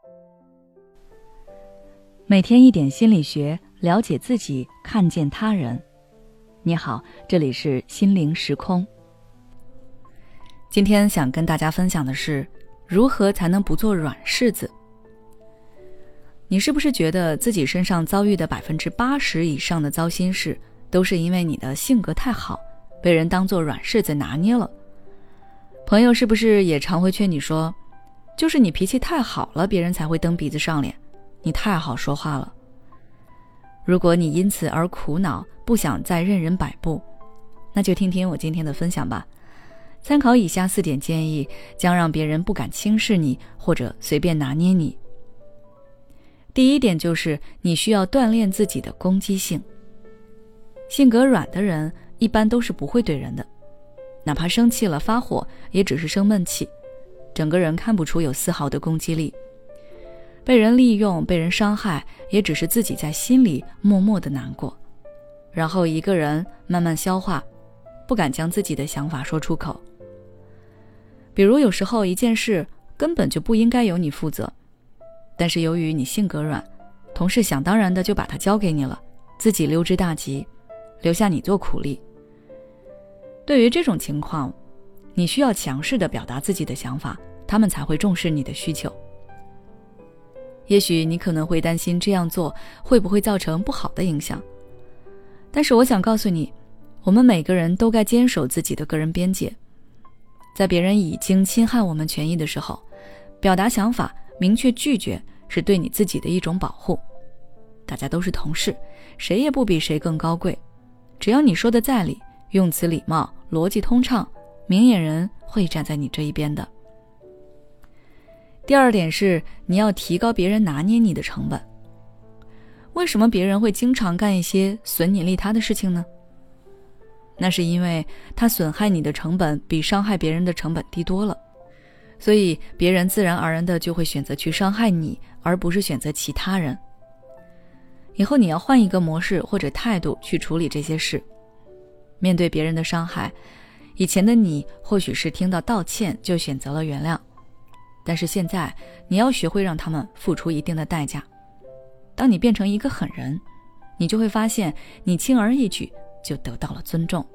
每天一点心理学，了解自己，看见他人。你好，这里是心灵时空。今天想跟大家分享的是，如何才能不做软柿子。你是不是觉得自己身上遭遇的80%以上的糟心事，都是因为你的性格太好，被人当作软柿子拿捏了？朋友是不是也常会劝你说，就是你脾气太好了，别人才会蹬鼻子上脸，你太好说话了。如果你因此而苦恼，不想再任人摆布，那就听听我今天的分享吧。参考以下4点建议，将让别人不敢轻视你，或者随便拿捏你。第一点就是你需要锻炼自己的攻击性。性格软的人一般都是不会怼人的，哪怕生气了发火，也只是生闷气，整个人看不出有丝毫的攻击力。被人利用，被人伤害，也只是自己在心里默默的难过，然后一个人慢慢消化，不敢将自己的想法说出口。比如有时候一件事根本就不应该由你负责，但是由于你性格软，同事想当然的就把它交给你了，自己溜之大吉，留下你做苦力。对于这种情况，你需要强势的表达自己的想法，他们才会重视你的需求。也许你可能会担心这样做会不会造成不好的影响，但是我想告诉你，我们每个人都该坚守自己的个人边界。在别人已经侵害我们权益的时候，表达想法，明确拒绝，是对你自己的一种保护。大家都是同事，谁也不比谁更高贵，只要你说的在理，用词礼貌，逻辑通畅，明眼人会站在你这一边的。第二点是，你要提高别人拿捏你的成本。为什么别人会经常干一些损你利他的事情呢？那是因为他损害你的成本比伤害别人的成本低多了，所以别人自然而然的就会选择去伤害你，而不是选择其他人。以后你要换一个模式或者态度去处理这些事。面对别人的伤害，以前的你或许是听到道歉就选择了原谅，但是现在你要学会让他们付出一定的代价。当你变成一个狠人，你就会发现你轻而易举就得到了尊重。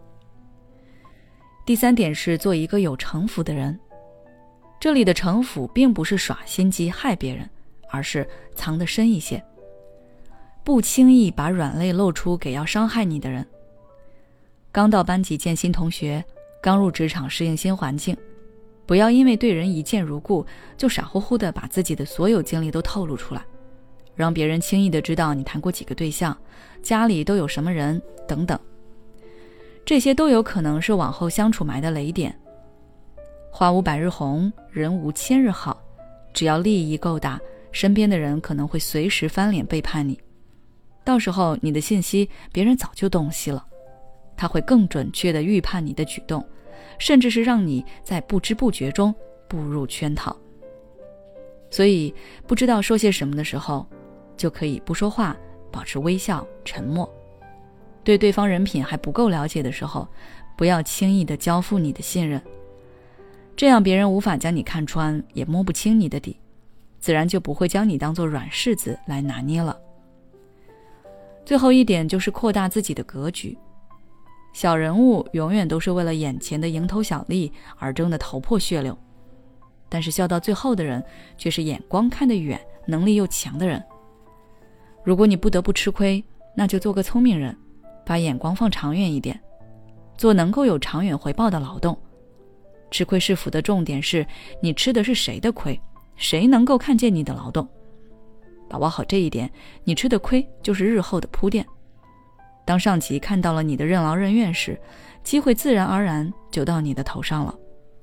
第3点是做一个有城府的人。这里的城府并不是耍心机害别人，而是藏得深一些，不轻易把软肋露出给要伤害你的人。刚到班级见新同学，刚入职场适应新环境，不要因为对人一见如故，就傻乎乎地把自己的所有经历都透露出来，让别人轻易地知道你谈过几个对象，家里都有什么人等等。这些都有可能是往后相处埋的雷点。花无百日红，人无千日好，只要利益够大，身边的人可能会随时翻脸背叛你，到时候你的信息别人早就洞悉了，他会更准确地预判你的举动，甚至是让你在不知不觉中步入圈套。所以不知道说些什么的时候，就可以不说话，保持微笑沉默。对对方人品还不够了解的时候，不要轻易地交付你的信任，这样别人无法将你看穿，也摸不清你的底，自然就不会将你当作软柿子来拿捏了。最后一点就是扩大自己的格局。小人物永远都是为了眼前的蝇头小利而争得头破血流，但是笑到最后的人却是眼光看得远，能力又强的人。如果你不得不吃亏，那就做个聪明人，把眼光放长远一点，做能够有长远回报的劳动。吃亏是福的重点是你吃的是谁的亏，谁能够看见你的劳动。把握好这一点，你吃的亏就是日后的铺垫。当上级看到了你的任劳任怨时，机会自然而然就到你的头上了。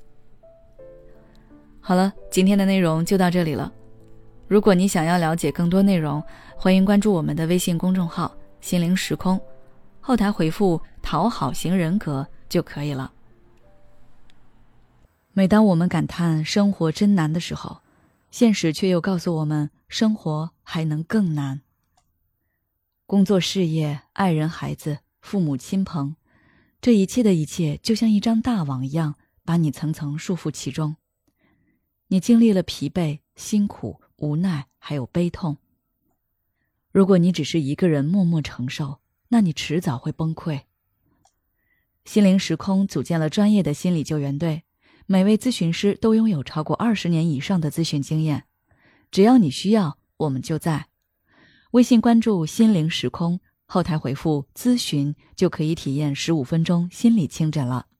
好了，今天的内容就到这里了。如果你想要了解更多内容，欢迎关注我们的微信公众号心灵时空，后台回复讨好型人格就可以了。每当我们感叹生活真难的时候，现实却又告诉我们生活还能更难。工作事业、爱人孩子、父母亲朋，这一切的一切就像一张大网一样，把你层层束缚其中。你经历了疲惫、辛苦、 无奈还有悲痛。如果你只是一个人默默承受，那你迟早会崩溃。心灵时空组建了专业的心理救援队，每位咨询师都拥有超过20年以上的咨询经验。只要你需要，我们就在。微信关注心灵时空，后台回复咨询就可以体验15分钟心理清诊了。